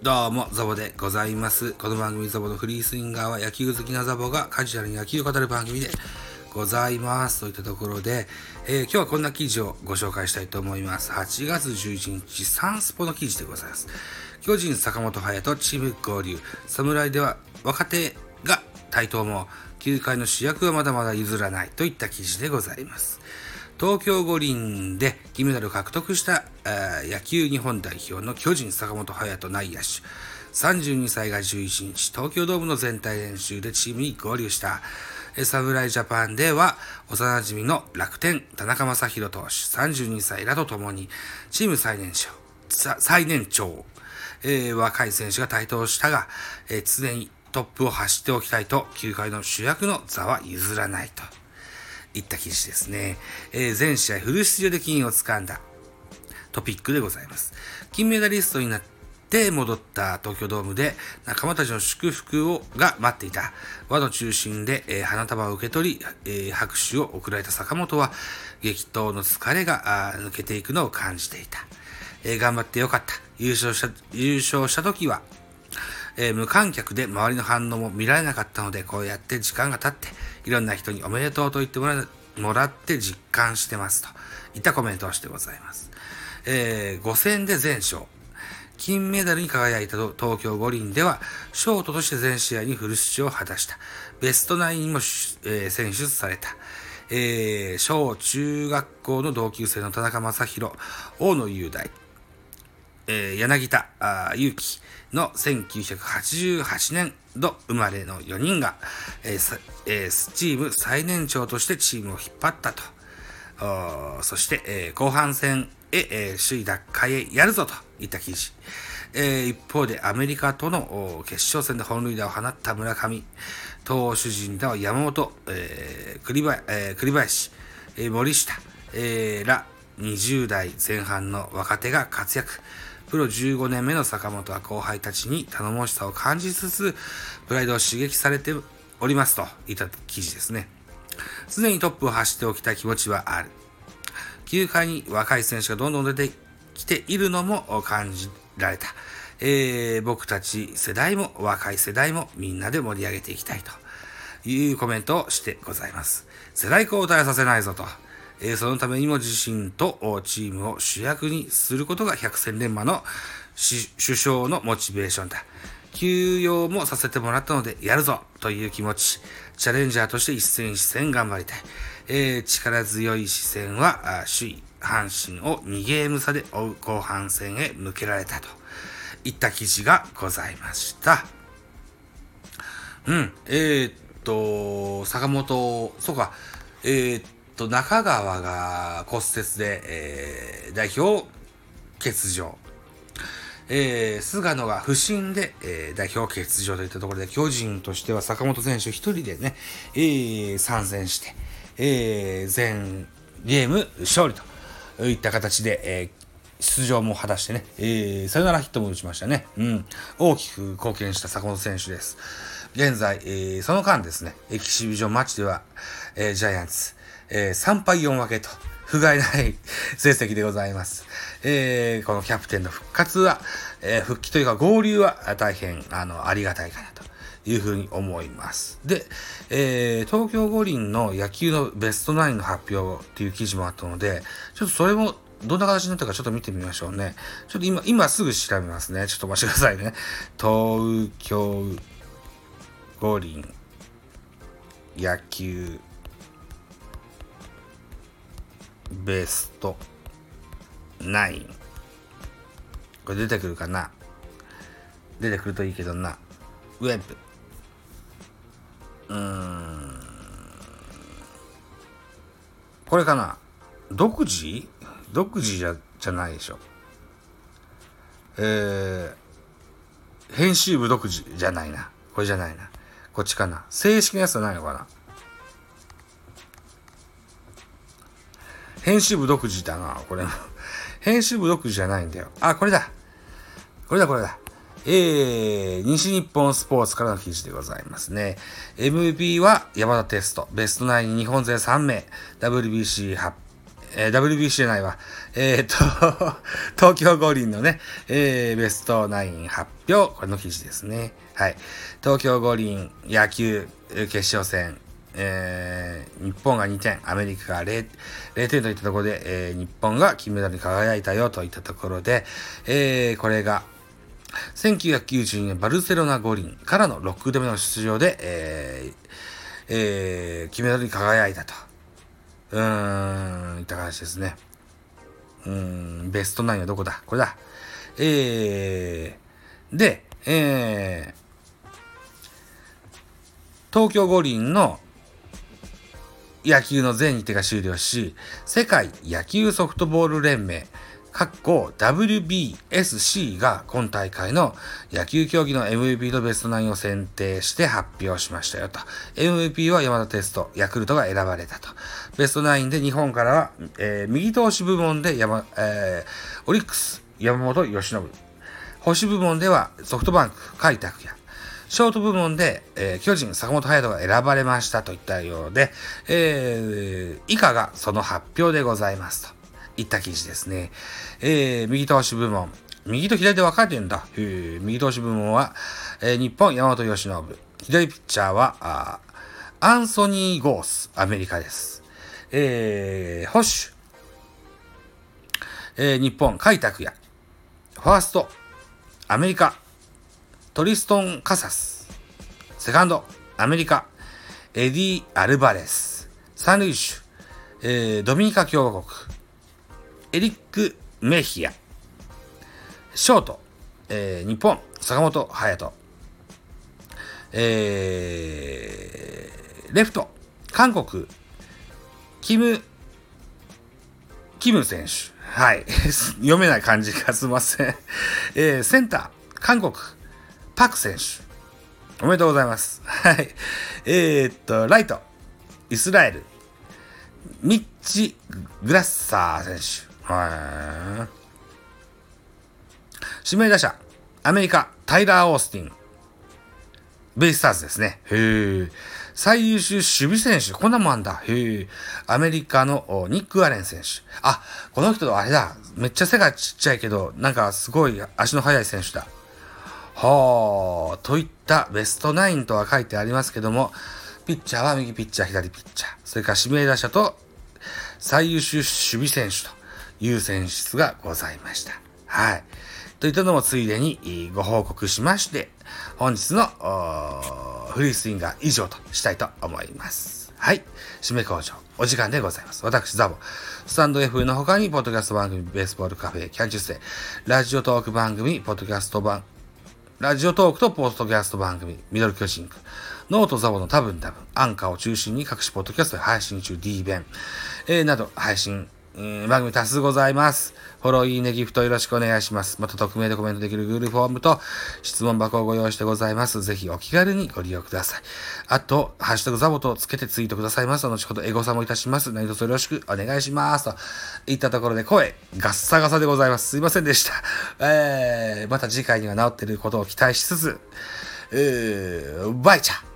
どうも、ザボでございます。この番組ザボのフリースインガーは野球好きなザボがカジュアルに野球を語る番組でございます。といったところで、今日はこんな記事をご紹介したいと思います。8月11日、サンスポの記事でございます。巨人坂本勇人チーム合流。侍では若手が台頭も球界の主役はまだまだ譲らないといった記事でございます。東京五輪で金メダルを獲得した野球日本代表の巨人坂本勇人内野手32歳が11日東京ドームの全体練習でチームに合流した。侍ジャパンでは幼馴染の楽天田中将大投手32歳らとともにチーム最年長、若い選手が台頭したが、常にトップを走っておきたいと球界の主役の座は譲らないといった記事ですね。全試合フル出場で金を掴んだトピックでございます。金メダリストになって戻った東京ドームで仲間たちの祝福が待っていた。輪の中心で、花束を受け取り、拍手を送られた坂本は激闘の疲れが抜けていくのを感じていた。頑張ってよかった。優勝した時は無観客で周りの反応も見られなかったので、こうやって時間が経っていろんな人におめでとうと言ってもらって実感してますといったコメントをしてございます。5戦で全勝。金メダルに輝いた東京五輪ではショートとして全試合にフル出場を果たした。ベストナインにも、選出された。小中学校の同級生の田中将大、大野雄大、柳田悠岐の1988年度生まれの4人が、チーム最年長としてチームを引っ張ったと。そして、後半戦へ、首位奪回へやるぞといった記事。一方でアメリカとの決勝戦で本塁打を放った村上、投手陣では山本、栗林、森下、ら20代前半の若手が活躍。プロ15年目の坂本は後輩たちに頼もしさを感じつつ、プライドを刺激されておりますといった記事ですね。常にトップを走っておきたい気持ちはある。球界に若い選手がどんどん出てきているのも感じられた。僕たち世代も若い世代もみんなで盛り上げていきたいというコメントをしてございます。世代交代させないぞと。そのためにも自身とチームを主役にすることが百戦錬磨の首相のモチベーションだ。休養もさせてもらったのでやるぞという気持ち。チャレンジャーとして一戦一戦頑張りたい。力強い視線は首位阪神を2ゲーム差で追う後半戦へ向けられたといった記事がございました。坂本、そうか、中川が骨折で、代表欠場。菅野が不振で、代表欠場といったところで、巨人としては坂本選手一人でね、参戦して、全ゲーム勝利といった形で、出場も果たしてね、サヨナラヒットも打ちましたね。大きく貢献した坂本選手です。現在、その間ですね、エキシビジョンマッチでは、ジャイアンツ、3敗4分けと、不甲斐ない成績でございます。このキャプテンの復活は、復帰というか合流は大変ありがたいかなというふうに思います。で、東京五輪の野球のベストナインの発表っていう記事もあったので、ちょっとそれもどんな形になったかちょっと見てみましょうね。ちょっと今すぐ調べますね。ちょっとお待ちくださいね。東京五輪野球ベスト9。これ出てくるかな。出てくるといいけどな。ウェブ。これかな。独自じゃないでしょ。編集部独自じゃないな。これじゃないな。こっちかな。正式なやつはないのかな。編集部独自だな、これも。編集部独自じゃないんだよ。あ、これだ。西日本スポーツからの記事でございますね。MVP は山田テスト、ベストナイン日本勢3名、WBC WBC じゃないわ。東京五輪のね、ベスト9発表、これの記事ですね。はい。東京五輪野球決勝戦、日本が2点、アメリカが 0点といったところで、日本が金メダルに輝いたよといったところで、これが、1992年バルセロナ五輪からの6度目の出場で、金メダルに輝いたと。いった形ですね。ベスト9はどこだ？これだ。で、東京五輪の野球の全日程が終了し、世界野球ソフトボール連盟WBSC が今大会の野球競技の MVP とベスト9を選定して発表しましたよと。MVP は山田哲人、ヤクルトが選ばれたと。ベスト9で日本からは、右投手部門でオリックス、山本由伸。保守部門ではソフトバンク、甲斐拓也。ショート部門で、巨人、坂本勇人が選ばれましたといったようで、以下がその発表でございますといった記事ですね。右投手部門。右と左で分かれてるんだ。右投手部門は、日本、山本由伸。左ピッチャーは、アンソニー・ゴース、アメリカです。保守、日本、甲斐拓也。ファースト、アメリカ、トリストン・カサス。セカンド、アメリカ、エディ・アルバレス。三塁手、ドミニカ共和国、エリック・メヒア。ショート、日本、坂本勇人。レフト、韓国、キム選手。はい。読めない漢字がすいません。センター、韓国、パク選手。おめでとうございます。はい。ライト、イスラエル、ミッチ・グラッサー選手。指名打者、アメリカ、タイラー・オースティン。ベイスターズですね。最優秀守備選手、こんなもんあんだ。アメリカのニック・アレン選手。あ、この人あれだ。めっちゃ背がちっちゃいけど、なんかすごい足の速い選手だ。といったベスト9とは書いてありますけども、ピッチャーは右ピッチャー、左ピッチャー。それから指名打者と最優秀守備選手という選出がございました。はい。といったのもついでにご報告しまして、本日のフリースインガー以上としたいと思います。はい。締め工場、お時間でございます。私、ザボ。スタンド F の他に、ポッドキャスト番組、ベースボールカフェ、キャンチュステ、ラジオトーク番組、ラジオトークとポッドキャスト番組、ミドル巨人区、ノートザボの多分、アンカーを中心に各種ポッドキャストで配信中 D 弁、など配信、番組多数ございます。フォロー、いいね、ギフトよろしくお願いします。また匿名でコメントできる Google フォームと質問箱をご用意してございます。ぜひお気軽にご利用ください。あと、ハッシュタグザボとつけてツイートくださいます。後ほどエゴサもいたします。何卒よろしくお願いします。といったところで声ガッサガサでございます。すいませんでした。また次回には治っていることを期待しつつ、バイチャ